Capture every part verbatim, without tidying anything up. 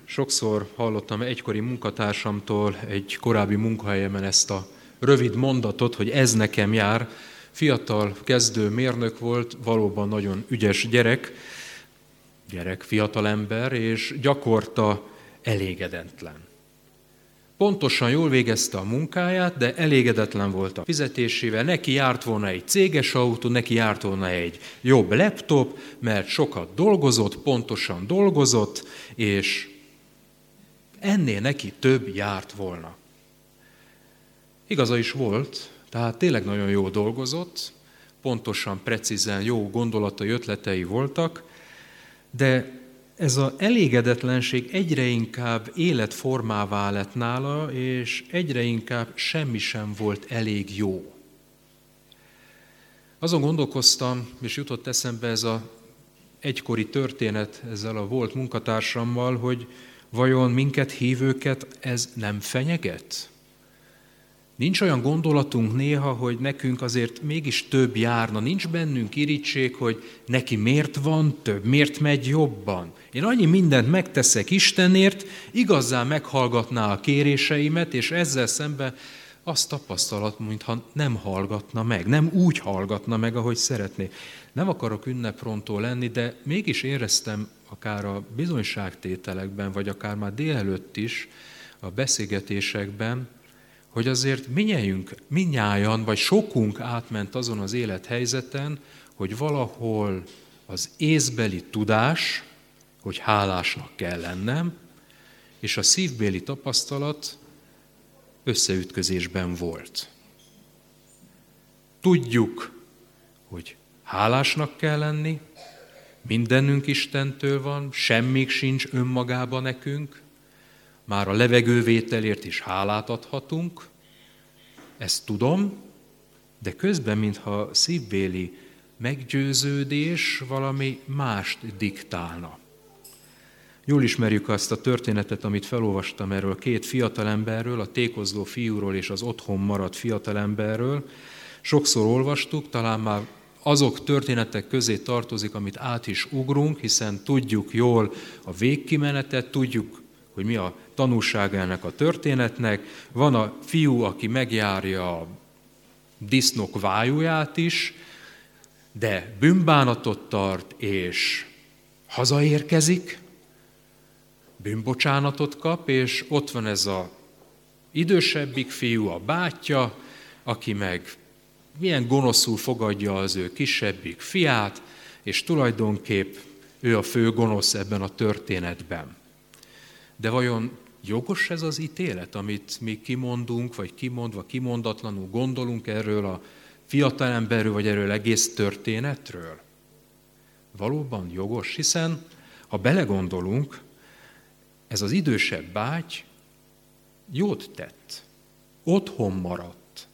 Sokszor hallottam egykori munkatársamtól egy korábbi munkahelyemen ezt a rövid mondatot, hogy ez nekem jár. Fiatal, kezdő mérnök volt, valóban nagyon ügyes gyerek, gyerek, fiatalember, és gyakorta elégedetlen. Pontosan jól végezte a munkáját, de elégedetlen volt a fizetésével. Neki járt volna egy céges autó, neki járt volna egy jobb laptop, mert sokat dolgozott, pontosan dolgozott, és ennél neki több járt volna. Igaza is volt, tehát tényleg nagyon jól dolgozott, pontosan, precízen jó gondolatai, ötletei voltak, de ez az elégedetlenség egyre inkább életformává lett nála, és egyre inkább semmi sem volt elég jó. Azon gondolkoztam, és jutott eszembe ez az egykori történet ezzel a volt munkatársammal, hogy vajon minket hívőket ez nem fenyeget? Nincs olyan gondolatunk néha, hogy nekünk azért mégis több járna, nincs bennünk irítség, hogy neki miért van több, miért megy jobban. Én annyi mindent megteszek Istenért, igazán meghallgatná a kéréseimet, és ezzel szemben azt tapasztalat, mintha nem hallgatna meg, nem úgy hallgatna meg, ahogy szeretné. Nem akarok ünneprontó lenni, de mégis éreztem akár a bizonyságtételekben, vagy akár már délelőtt is a beszélgetésekben, hogy azért minnyájunk, minnyájan, vagy sokunk átment azon az élethelyzeten, hogy valahol az észbeli tudás, hogy hálásnak kell lennem, és a szívbéli tapasztalat összeütközésben volt. Tudjuk, hogy hálásnak kell lenni, mindenünk Istentől van, semmik sincs önmagában nekünk, már a levegővételért is hálát adhatunk, ezt tudom, de közben, mintha szívbéli meggyőződés valami mást diktálna. Jól ismerjük azt a történetet, amit felolvastam erről a két fiatalemberről, a tékozló fiúról és az otthon maradt fiatalemberről. Sokszor olvastuk, talán már azok történetek közé tartozik, amit át is ugrunk, hiszen tudjuk jól a végkimenetet, tudjuk, hogy mi a tanulsága ennek a történetnek. Van a fiú, aki megjárja a disznók vájúját is, de bűnbánatot tart, és hazaérkezik, bűnbocsánatot kap, és ott van ez az idősebbik fiú, a bátyja, aki meg milyen gonoszul fogadja az ő kisebbik fiát, és tulajdonképp ő a fő gonosz ebben a történetben. De vajon jogos ez az ítélet, amit mi kimondunk, vagy kimondva, kimondatlanul gondolunk erről a fiatalemberről, vagy erről egész történetről? Valóban jogos, hiszen ha belegondolunk, ez az idősebb báty jót tett, otthon maradt.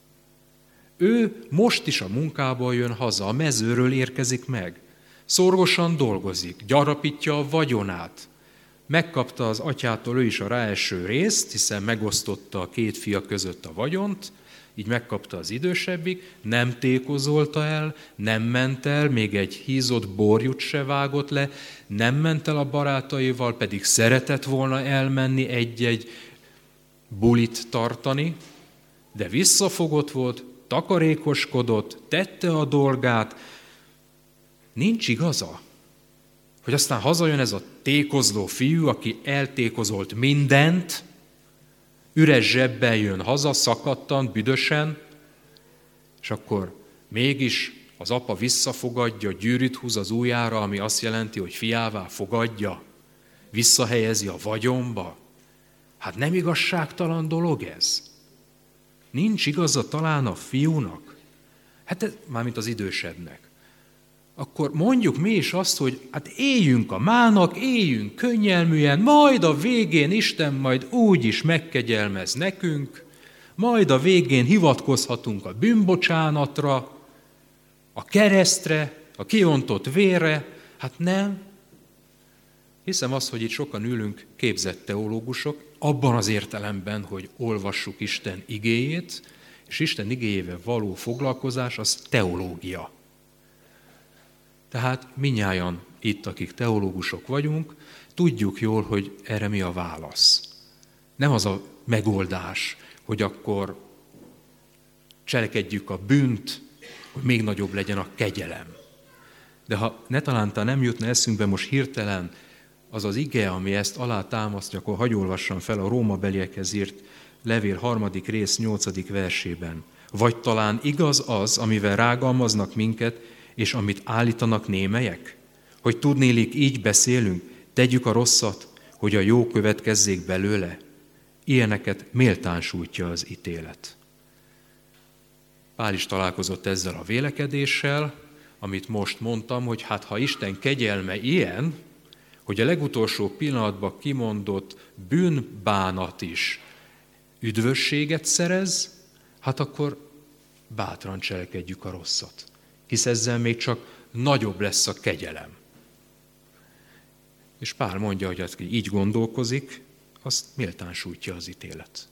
Ő most is a munkából jön haza, a mezőről érkezik meg, szorgosan dolgozik, gyarapítja a vagyonát, megkapta az atyától ő is a ráeső részt, hiszen megosztotta a két fia között a vagyont, így megkapta az idősebbik, nem tékozolta el, nem ment el, még egy hízott borjút se vágott le, nem ment el a barátaival, pedig szeretett volna elmenni egy-egy bulit tartani, de visszafogott volt, takarékoskodott, tette a dolgát. Nincs igaza, hogy aztán hazajön ez a tékozló fiú, aki eltékozolt mindent, üres zsebbel jön haza, szakadtan, büdösen, és akkor mégis az apa visszafogadja, gyűrűt húz az ujjára, ami azt jelenti, hogy fiává fogadja, visszahelyezi a vagyonba. Hát nem igazságtalan dolog ez? Nincs igaza talán a fiúnak? Hát ez mármint az idősebbnek. Akkor mondjuk mi is azt, hogy hát éljünk a mának, éljünk könnyelműen, majd a végén Isten majd úgy is megkegyelmez nekünk, majd a végén hivatkozhatunk a bűnbocsánatra, a keresztre, a kiontott vérre. Hát nem. Hiszem azt, hogy itt sokan ülünk képzett teológusok, abban az értelemben, hogy olvassuk Isten igéjét, és Isten igéjével való foglalkozás az teológia. Tehát mindnyájan itt, akik teológusok vagyunk, tudjuk jól, hogy erre mi a válasz. Nem az a megoldás, hogy akkor cselekedjük a bűnt, hogy még nagyobb legyen a kegyelem. De ha netalántán nem jutna eszünkbe most hirtelen az az ige, ami ezt alátámasztja, akkor hadd olvassam fel a Rómabeliekhez írt levél harmadik rész nyolcadik versében. Vagy talán igaz az, amivel rágalmaznak minket, és amit állítanak némelyek? Hogy tudnélik, így beszélünk, tegyük a rosszat, hogy a jó következzék belőle? Ilyeneket méltán sújtja az ítélet. Pál is találkozott ezzel a vélekedéssel, amit most mondtam, hogy hát ha Isten kegyelme ilyen, hogy a legutolsó pillanatban kimondott bűnbánat is üdvösséget szerez, hát akkor bátran cselekedjük a rosszat, hisz ezzel még csak nagyobb lesz a kegyelem. És Pál mondja, hogy aki így gondolkozik, azt méltán sújtja az ítélet.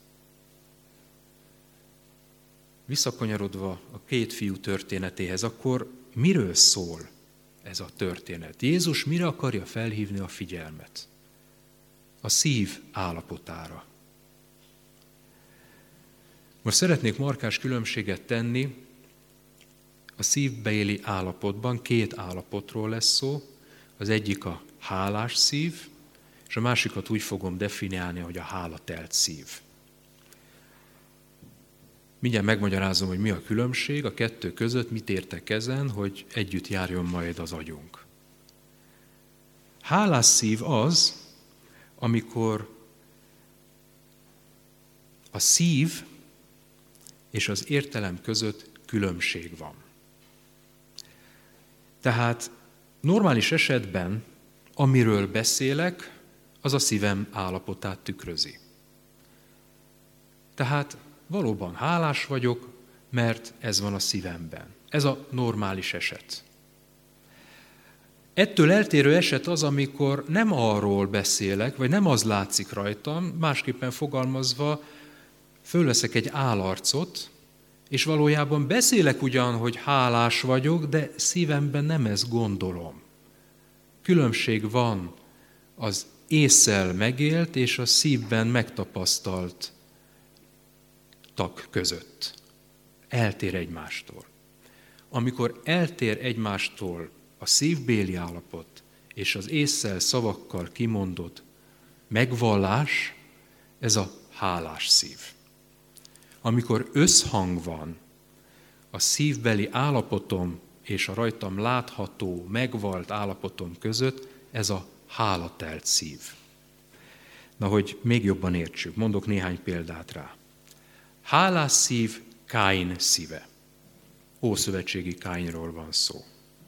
Visszakanyarodva a két fiú történetéhez, akkor miről szól ez a történet? Jézus mire akarja felhívni a figyelmet? A szív állapotára. Most szeretnék markás különbséget tenni a szívbeéli állapotban. Két állapotról lesz szó. Az egyik a hálás szív, és a másikat úgy fogom definiálni, hogy a hálatelt szív. Mindjárt megmagyarázom, hogy mi a különbség a kettő között, mit értek ezen, hogy együtt járjon majd az agyunk. Hálás szív az, amikor a szív és az értelem között különbség van. Tehát normális esetben, amiről beszélek, az a szívem állapotát tükrözi. Tehát valóban hálás vagyok, mert ez van a szívemben. Ez a normális eset. Ettől eltérő eset az, amikor nem arról beszélek, vagy nem az látszik rajtam, másképpen fogalmazva, fölveszek egy állarcot, és valójában beszélek ugyan, hogy hálás vagyok, de szívemben nem ezt gondolom. Különbség van az ésszel megélt és a szívben megtapasztalt tag között. Eltér egymástól. Amikor eltér egymástól a szívbéli állapot és az ésszel szavakkal kimondott megvallás, ez a hálás szív. Amikor összhang van a szívbeli állapotom és a rajtam látható, megvalt állapotom között, ez a hálatelt szív. Na, hogy még jobban értsük, mondok néhány példát rá. Hálás szív, Káin szíve. Ószövetségi Káinról van szó.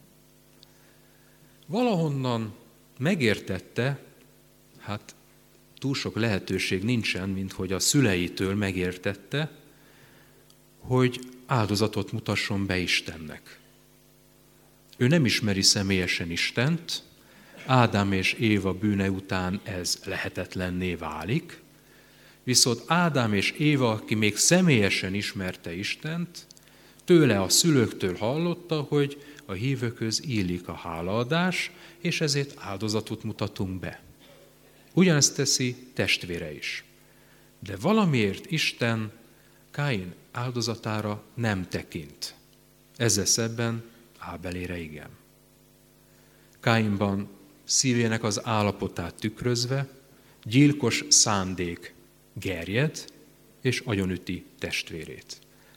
Valahonnan megértette, hát túl sok lehetőség nincsen, mint hogy a szüleitől megértette, hogy áldozatot mutasson be Istennek. Ő nem ismeri személyesen Istent, Ádám és Éva bűne után ez lehetetlenné válik, viszont Ádám és Éva, aki még személyesen ismerte Istent, tőle a szülőktől hallotta, hogy a hívőkhöz illik a hálaadás, és ezért áldozatot mutatunk be. Ugyanezt teszi testvére is. De valamiért Isten Káin áldozatára nem tekint. Ezzel szemben Ábelére igen. Káinban szívének az állapotát tükrözve gyilkos szándék gerjed, és agyonüti testvérét.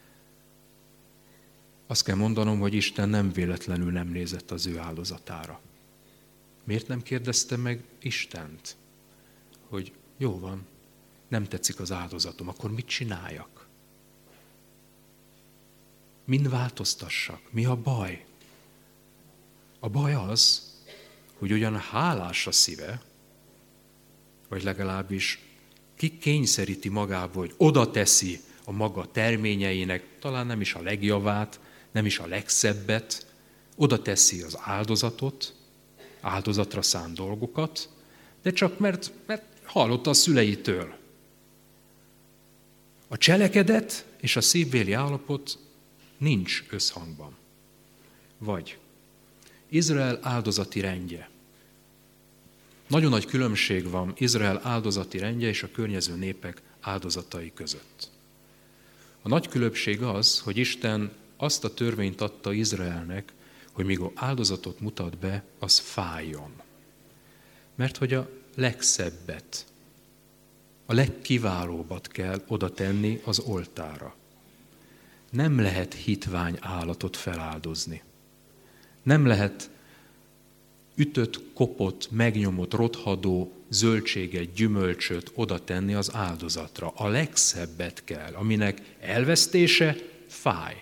Azt kell mondanom, hogy Isten nem véletlenül nem nézett az ő áldozatára. Miért nem kérdezte meg Istent, hogy jó van, nem tetszik az áldozatom, akkor mit csináljak? Min változtassak? Mi a baj? A baj az, hogy ugyan hálás a szíve, vagy legalábbis ki kényszeríti magába, hogy oda teszi a maga terményeinek, talán nem is a legjavát, nem is a legszebbet, oda teszi az áldozatot, áldozatra szánt dolgokat, de csak mert, mert hallotta a szüleitől. A cselekedet és a szívbéli állapot nincs összhangban. Vagy Izrael áldozati rendje. Nagyon nagy különbség van Izrael áldozati rendje és a környező népek áldozatai között. A nagy különbség az, hogy Isten azt a törvényt adta Izraelnek, hogy míg áldozatot mutat be, az fájjon. Mert hogy a legszebbet, a legkiválóbbat kell oda tenni az oltára. Nem lehet hitvány állatot feláldozni. Nem lehet ütött, kopott, megnyomott, rothadó zöldséget, gyümölcsöt oda tenni az áldozatra. A legszebbet kell, aminek elvesztése fáj.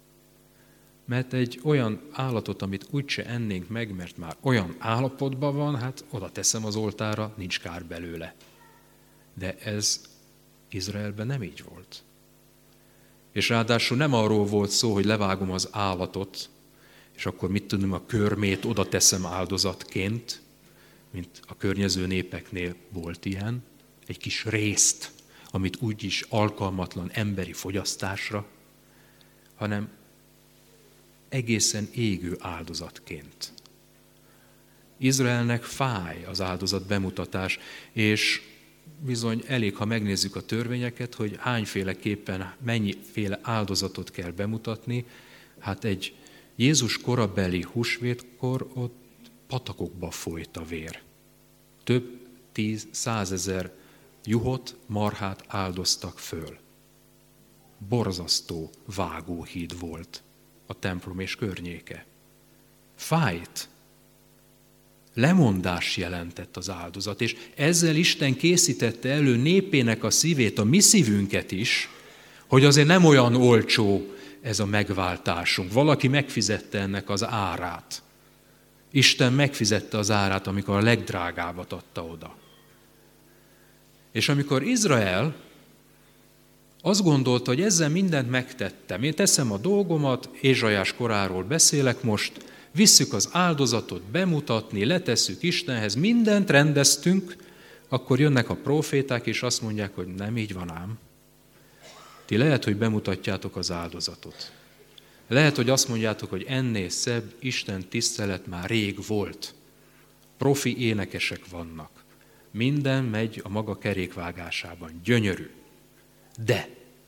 Mert egy olyan állatot, amit úgyse ennénk meg, mert már olyan állapotban van, hát oda teszem az oltára, nincs kár belőle. De ez Izraelben nem így volt. És ráadásul nem arról volt szó, hogy levágom az állatot, és akkor mit tudom, a körmét oda teszem áldozatként, mint a környező népeknél volt ilyen, egy kis részt, amit úgyis alkalmatlan emberi fogyasztásra, hanem egészen égő áldozatként. Izraelnek fáj az áldozat bemutatás, és bizony elég, ha megnézzük a törvényeket, hogy hányféleképpen, mennyiféle áldozatot kell bemutatni. Hát egy Jézus korabeli húsvétkor ott patakokba folyt a vér. Több tíz, százezer juhot, marhát áldoztak föl. Borzasztó vágóhíd volt a templom és környéke. Fájt. Lemondás jelentett az áldozat, és ezzel Isten készítette elő népének a szívét, a mi szívünket is, hogy azért nem olyan olcsó ez a megváltásunk. Valaki megfizette ennek az árát. Isten megfizette az árát, amikor a legdrágábbat adta oda. És amikor Izrael azt gondolta, hogy ezzel mindent megtettem, én teszem a dolgomat, Ézsaiás koráról beszélek most, visszük az áldozatot bemutatni, letesszük Istenhez, mindent rendeztünk, akkor jönnek a próféták, és azt mondják, hogy nem így van ám. Ti lehet, hogy bemutatjátok az áldozatot. Lehet, hogy azt mondjátok, hogy ennél szebb Isten tisztelet már rég volt. Profi énekesek vannak. Minden megy a maga kerékvágásában. Gyönyörű. De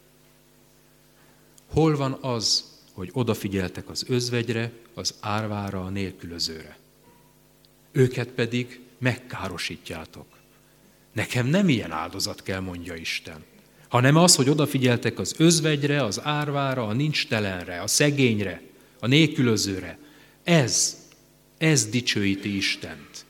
hol van az, hogy odafigyeltek az özvegyre, az árvára, a nélkülözőre? Őket pedig megkárosítjátok. Nekem nem ilyen áldozat kell, mondja Isten, hanem az, hogy odafigyeltek az özvegyre, az árvára, a nincstelenre, a szegényre, a nélkülözőre. Ez, ez dicsőíti Istent.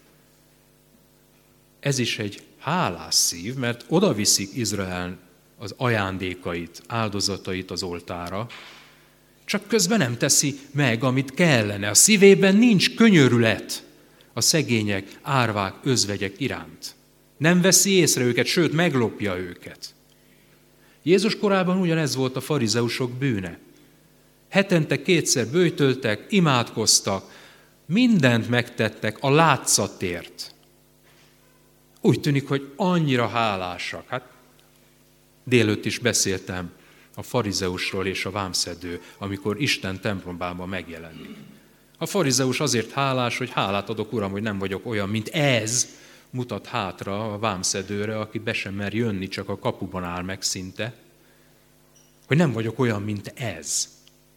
Ez is egy hálás szív, mert odaviszik Izrael az ajándékait, áldozatait az oltára, csak közben nem teszi meg, amit kellene. A szívében nincs könyörület a szegények, árvák, özvegyek iránt. Nem veszi észre őket, sőt meglopja őket. Jézus korában ugyanez volt a farizeusok bűne. Hetente kétszer böjtöltek, imádkoztak, mindent megtettek a látszatért. Úgy tűnik, hogy annyira hálásak. Hát délőtt is beszéltem a farizeusról és a vámszedő, amikor Isten templomában megjelenik. A farizeus azért hálás, hogy hálát adok, Uram, hogy nem vagyok olyan, mint ez, mutat hátra a vámszedőre, aki be sem mer jönni, csak a kapuban áll meg szinte, hogy nem vagyok olyan, mint ez.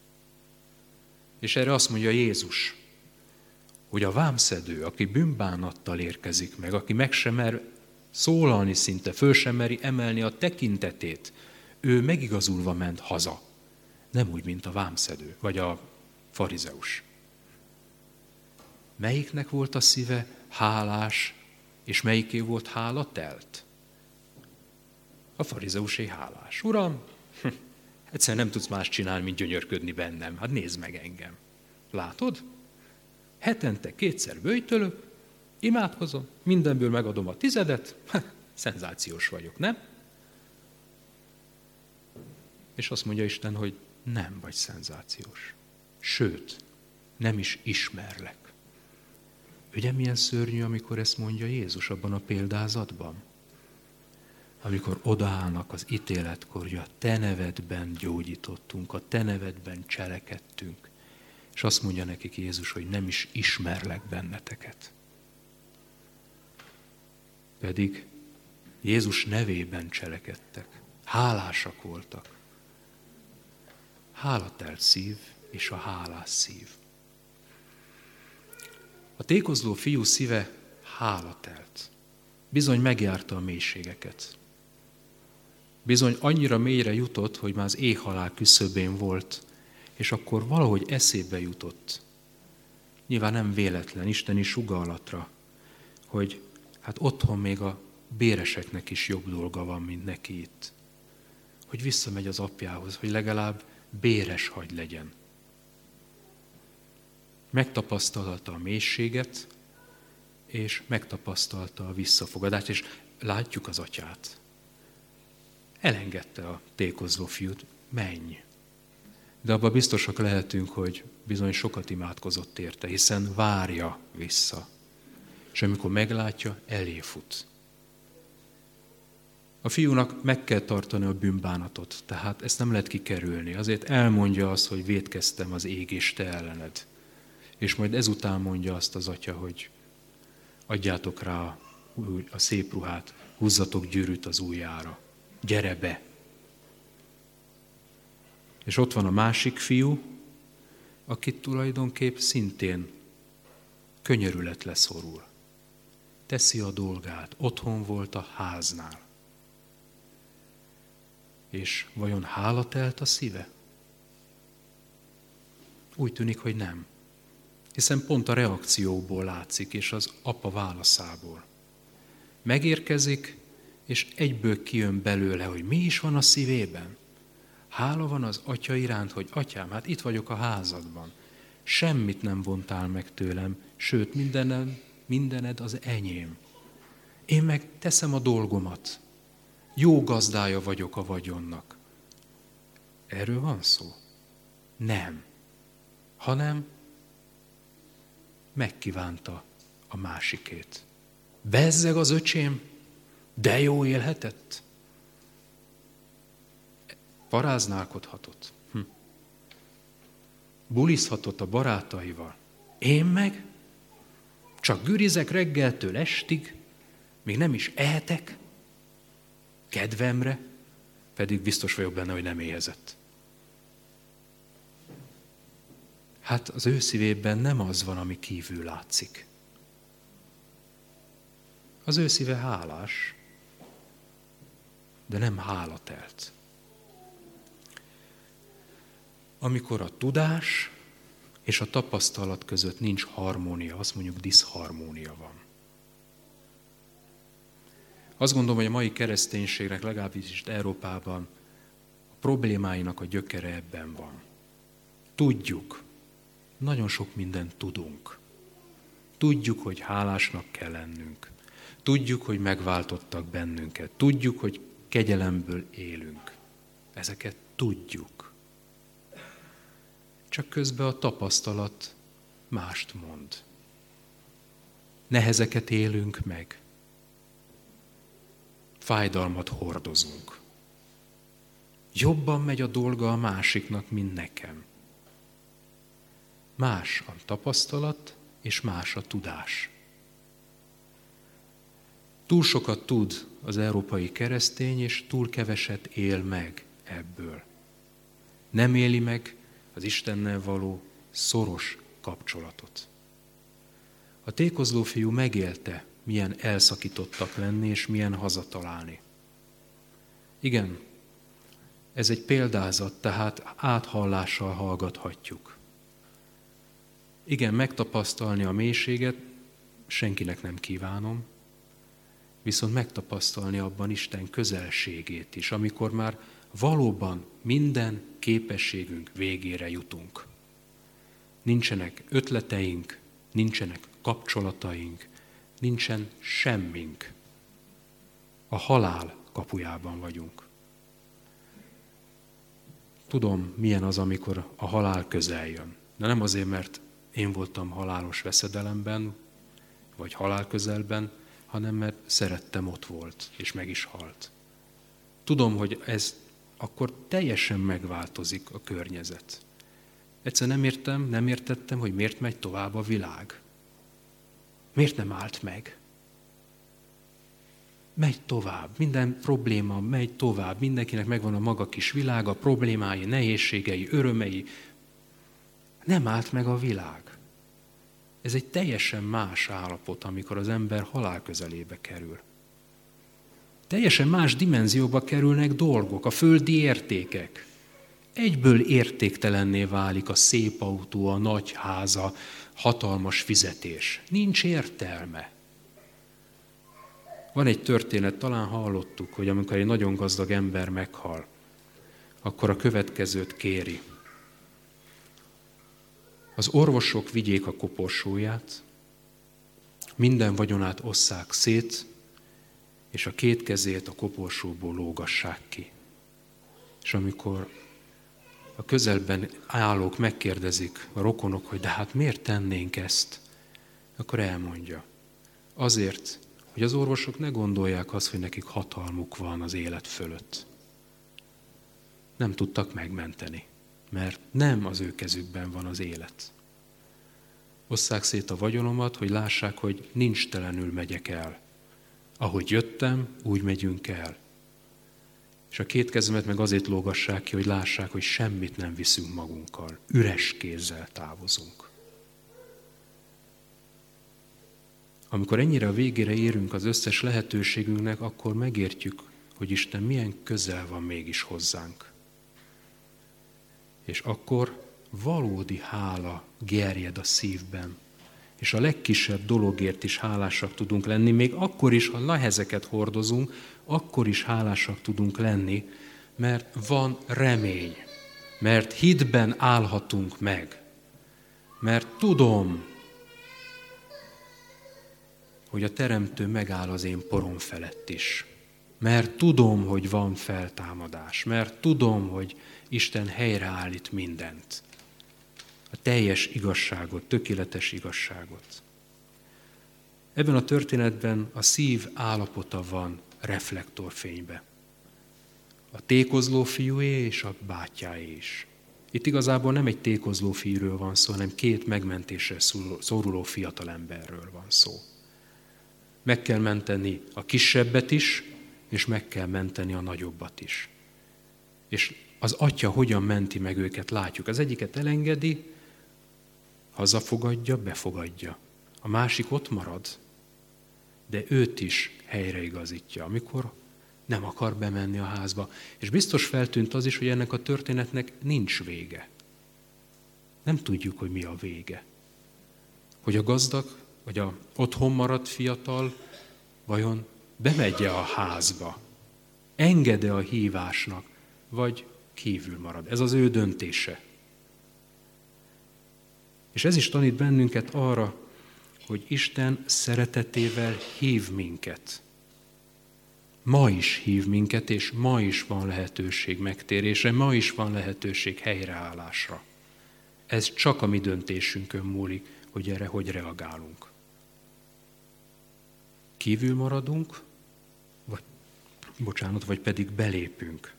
És erre azt mondja Jézus, hogy a vámszedő, aki bűnbánattal érkezik meg, aki meg sem mer szólalni szinte, föl sem meri emelni a tekintetét, ő megigazulva ment haza. Nem úgy, mint a vámszedő, vagy a farizeus. Melyiknek volt a szíve hálás, és melyiké volt hála telt? A farizeusé hálás. Uram, hm, egyszerűen nem tudsz más csinálni, mint gyönyörködni bennem. Hát nézd meg engem. Látod? Hetente kétszer böjtölök, imádkozom, mindenből megadom a tizedet, ha, szenzációs vagyok, nem? És azt mondja Isten, hogy nem vagy szenzációs. Sőt, nem is ismerlek. Ugye milyen szörnyű, amikor ezt mondja Jézus abban a példázatban? Amikor odaállnak az ítéletkor, hogy a te nevedben gyógyítottunk, a te nevedben cselekedtünk. És azt mondja nekik Jézus, hogy nem is ismerlek benneteket. pedig Jézus nevében cselekedtek. Hálásak voltak. Hálatelt szív és a hálás szív. A tékozló fiú szíve hálatelt. Bizony megjárta a mélységeket. Bizony annyira mélyre jutott, hogy már az éhhalál küszöbén volt, és akkor valahogy eszébe jutott. Nyilván nem véletlen, isteni sugallatra, hogy hát otthon még a béreseknek is jobb dolga van, mint neki itt. Hogy visszamegy az apjához, hogy legalább béres hagy legyen. Megtapasztalta a mélységet, és megtapasztalta a visszafogadást, és látjuk az atyát. Elengedte a tékozló fiút, menj. De abban biztosak lehetünk, hogy bizony sokat imádkozott érte, hiszen várja vissza. És amikor meglátja, elé fut. A fiúnak meg kell tartani a bűnbánatot, tehát ezt nem lehet kikerülni. Azért elmondja azt, hogy vétkeztem az ég és te ellened. És majd ezután mondja azt az atya, hogy adjátok rá a szép ruhát, húzzatok gyűrűt az ujjára. Gyere be! És ott van a másik fiú, akit tulajdonképp szintén könyörületre szorul. Teszi a dolgát, otthon volt a háznál. És vajon hála telt a szíve? Úgy tűnik, hogy nem. Hiszen pont a reakcióból látszik, és az apa válaszából. Megérkezik, és egyből kijön belőle, hogy mi is van a szívében. Hála van az atya iránt, hogy atyám, hát itt vagyok a házadban. Semmit nem vontál meg tőlem, sőt, mindened, mindened az enyém. Én meg teszem a dolgomat. Jó gazdája vagyok a vagyonnak. Erről van szó? Nem. Hanem megkívánta a másikét. Bezzeg az öcsém, de jó élhetett. Paráználkodhatott. Hm. Bulizhatott a barátaival. Én meg csak gürizek reggeltől estig, még nem is ehetek, kedvemre, pedig biztos vagyok benne, hogy nem éhezett. Hát az ő szívében nem az van, ami kívül látszik. Az ő szíve hálás, de nem hálatelt. Amikor a tudás és a tapasztalat között nincs harmónia, azt mondjuk diszharmónia van. Azt gondolom, hogy a mai kereszténységnek, legalábbis itt Európában a problémáinak a gyökere ebben van. Tudjuk, nagyon sok mindent tudunk. Tudjuk, hogy hálásnak kell lennünk. Tudjuk, hogy megváltottak bennünket. Tudjuk, hogy kegyelemből élünk. Ezeket tudjuk. Csak közben a tapasztalat mást mond. Nehezeket élünk meg. Fájdalmat hordozunk. Jobban megy a dolga a másiknak, mint nekem. Más a tapasztalat, és más a tudás. Túl sokat tud az európai keresztény, és túl keveset él meg ebből. Nem éli meg az Istennel való szoros kapcsolatot. A tékozló fiú megélte, milyen elszakítottak lenni, és milyen hazatalálni. Igen, ez egy példázat, tehát áthallással hallgathatjuk. Igen, megtapasztalni a mélységet senkinek nem kívánom, viszont megtapasztalni abban Isten közelségét is, amikor már valóban minden képességünk végére jutunk. Nincsenek ötleteink, nincsenek kapcsolataink, nincsen semmink. A halál kapujában vagyunk. Tudom, milyen az, amikor a halál közel jön. De nem azért, mert én voltam halálos veszedelemben, vagy halál közelben, hanem mert szerettem, ott volt, és meg is halt. Tudom, hogy ez akkor teljesen megváltozik a környezet. Egyszer nem értem, nem értettem, hogy miért megy tovább a világ. Miért nem állt meg? megy tovább, minden probléma megy tovább, mindenkinek megvan a maga kis világa, problémái, nehézségei, örömei. Nem állt meg a világ. Ez egy teljesen más állapot, amikor az ember halál közelébe kerül. Teljesen más dimenzióba kerülnek dolgok, a földi értékek. Egyből értéktelenné válik a szép autó, a nagy háza, hatalmas fizetés. Nincs értelme. Van egy történet, talán hallottuk, hogy amikor egy nagyon gazdag ember meghal, akkor a következőt kéri. Az orvosok vigyék a koporsóját, minden vagyonát osszák szét, és a két kezét a koporsóból lógassák ki. És amikor a közelben állók megkérdezik, a rokonok, hogy de hát miért tennénk ezt, akkor elmondja. Azért, hogy az orvosok ne gondolják azt, hogy nekik hatalmuk van az élet fölött. Nem tudtak megmenteni, mert nem az ő kezükben van az élet. Osszák szét a vagyonomat, hogy lássák, hogy nincs telenül megyek el. Ahogy jöttem, úgy megyünk el. És a két kezemet meg azért lógassák ki, hogy lássák, hogy semmit nem viszünk magunkkal. Üres kézzel távozunk. Amikor ennyire a végére érünk az összes lehetőségünknek, akkor megértjük, hogy Isten milyen közel van mégis hozzánk. És akkor valódi hála gerjed a szívben. És a legkisebb dologért is hálásak tudunk lenni, még akkor is, ha nehezeket hordozunk, akkor is hálásak tudunk lenni, mert van remény, mert hitben állhatunk meg, mert tudom, hogy a Teremtő megáll az én porom felett is, mert tudom, hogy van feltámadás, mert tudom, hogy Isten helyreállít mindent. A teljes igazságot, tökéletes igazságot. Ebben a történetben a szív állapota van reflektorfénybe. A tékozló fiúé és a bátyáé is. Itt igazából nem egy tékozló fiúról van szó, hanem két megmentésre szoruló fiatalemberről van szó. Meg kell menteni a kisebbet is, és meg kell menteni a nagyobbat is. És az atya hogyan menti meg őket, látjuk. Az egyiket elengedi, hazafogadja, befogadja. A másik ott marad, de őt is helyreigazítja, amikor nem akar bemenni a házba. És biztos feltűnt az is, hogy ennek a történetnek nincs vége. Nem tudjuk, hogy mi a vége. Hogy a gazdag, vagy a otthon maradt fiatal vajon bemegye a házba, enged-e a hívásnak, vagy kívül marad. Ez az ő döntése. És ez is tanít bennünket arra, hogy Isten szeretetével hív minket. Ma is hív minket, és ma is van lehetőség megtérésre, ma is van lehetőség helyreállásra. Ez csak a mi döntésünkön múlik, hogy erre hogy reagálunk. Kívül maradunk, vagy, bocsánat, vagy pedig belépünk.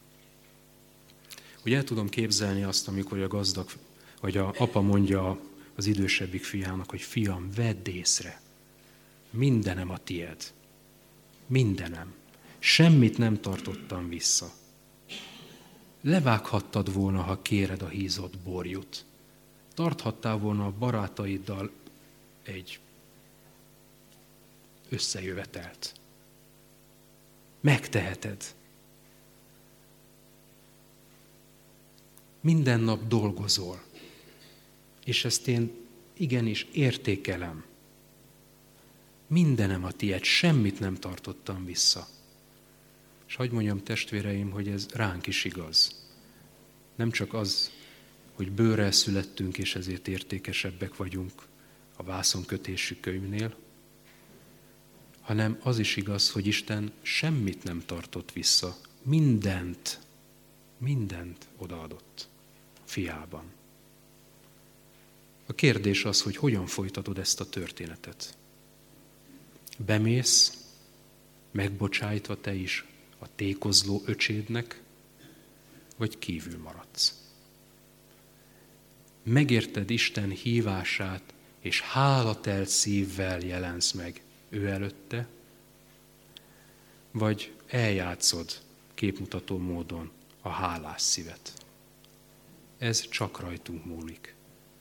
Ugye el tudom képzelni azt, amikor a gazdag, vagy a apa mondja az idősebbik fiának, hogy fiam, vedd észre, mindenem a tied. Mindenem. Semmit nem tartottam vissza. Levághattad volna, ha kéred a hízott borjút. Tarthattál volna a barátaiddal egy összejövetelt. Megteheted. Minden nap dolgozol. És ezt én igenis értékelem. Mindenem a tiéd, semmit nem tartottam vissza. És hadd mondjam, testvéreim, hogy ez ránk is igaz. Nem csak az, hogy bőrrel születtünk, és ezért értékesebbek vagyunk a vászonkötésű könyvnél, hanem az is igaz, hogy Isten semmit nem tartott vissza. Mindent, mindent odaadott a fiában. A kérdés az, hogy hogyan folytatod ezt a történetet. Bemész, megbocsájtva te is a tékozló öcsédnek, vagy kívül maradsz. Megérted Isten hívását, és hálatelt szívvel jelensz meg ő előtte, vagy eljátszod képmutató módon a hálás szívet. Ez csak rajtunk múlik.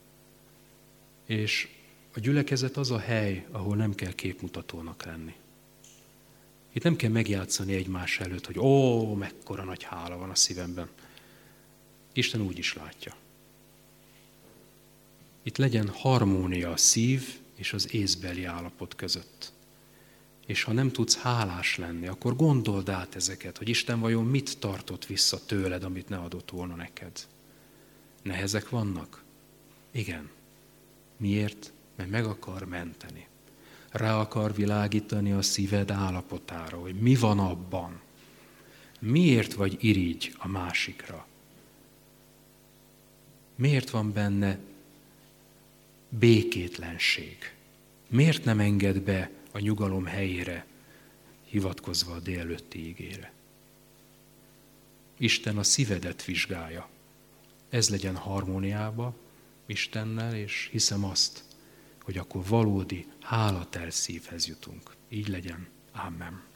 És a gyülekezet az a hely, ahol nem kell képmutatónak lenni. Itt nem kell megjátszani egymás előtt, hogy ó, mekkora nagy hála van a szívemben. Isten úgy is látja. Itt legyen harmónia a szív és az észbeli állapot között. És ha nem tudsz hálás lenni, akkor gondold át ezeket, hogy Isten vajon mit tartott vissza tőled, amit ne adott volna neked. Nehezek vannak? Igen. Miért? Mert meg akar menteni. Rá akar világítani a szíved állapotára, hogy mi van abban. Miért vagy irigy a másikra? Miért van benne békétlenség? Miért nem enged be a nyugalom helyére, hivatkozva a délelőtti ígére? Isten a szívedet vizsgálja. Ez legyen harmóniába Istennel, és hiszem azt, hogy akkor valódi hálatelt szívhez jutunk. Így legyen. Amen.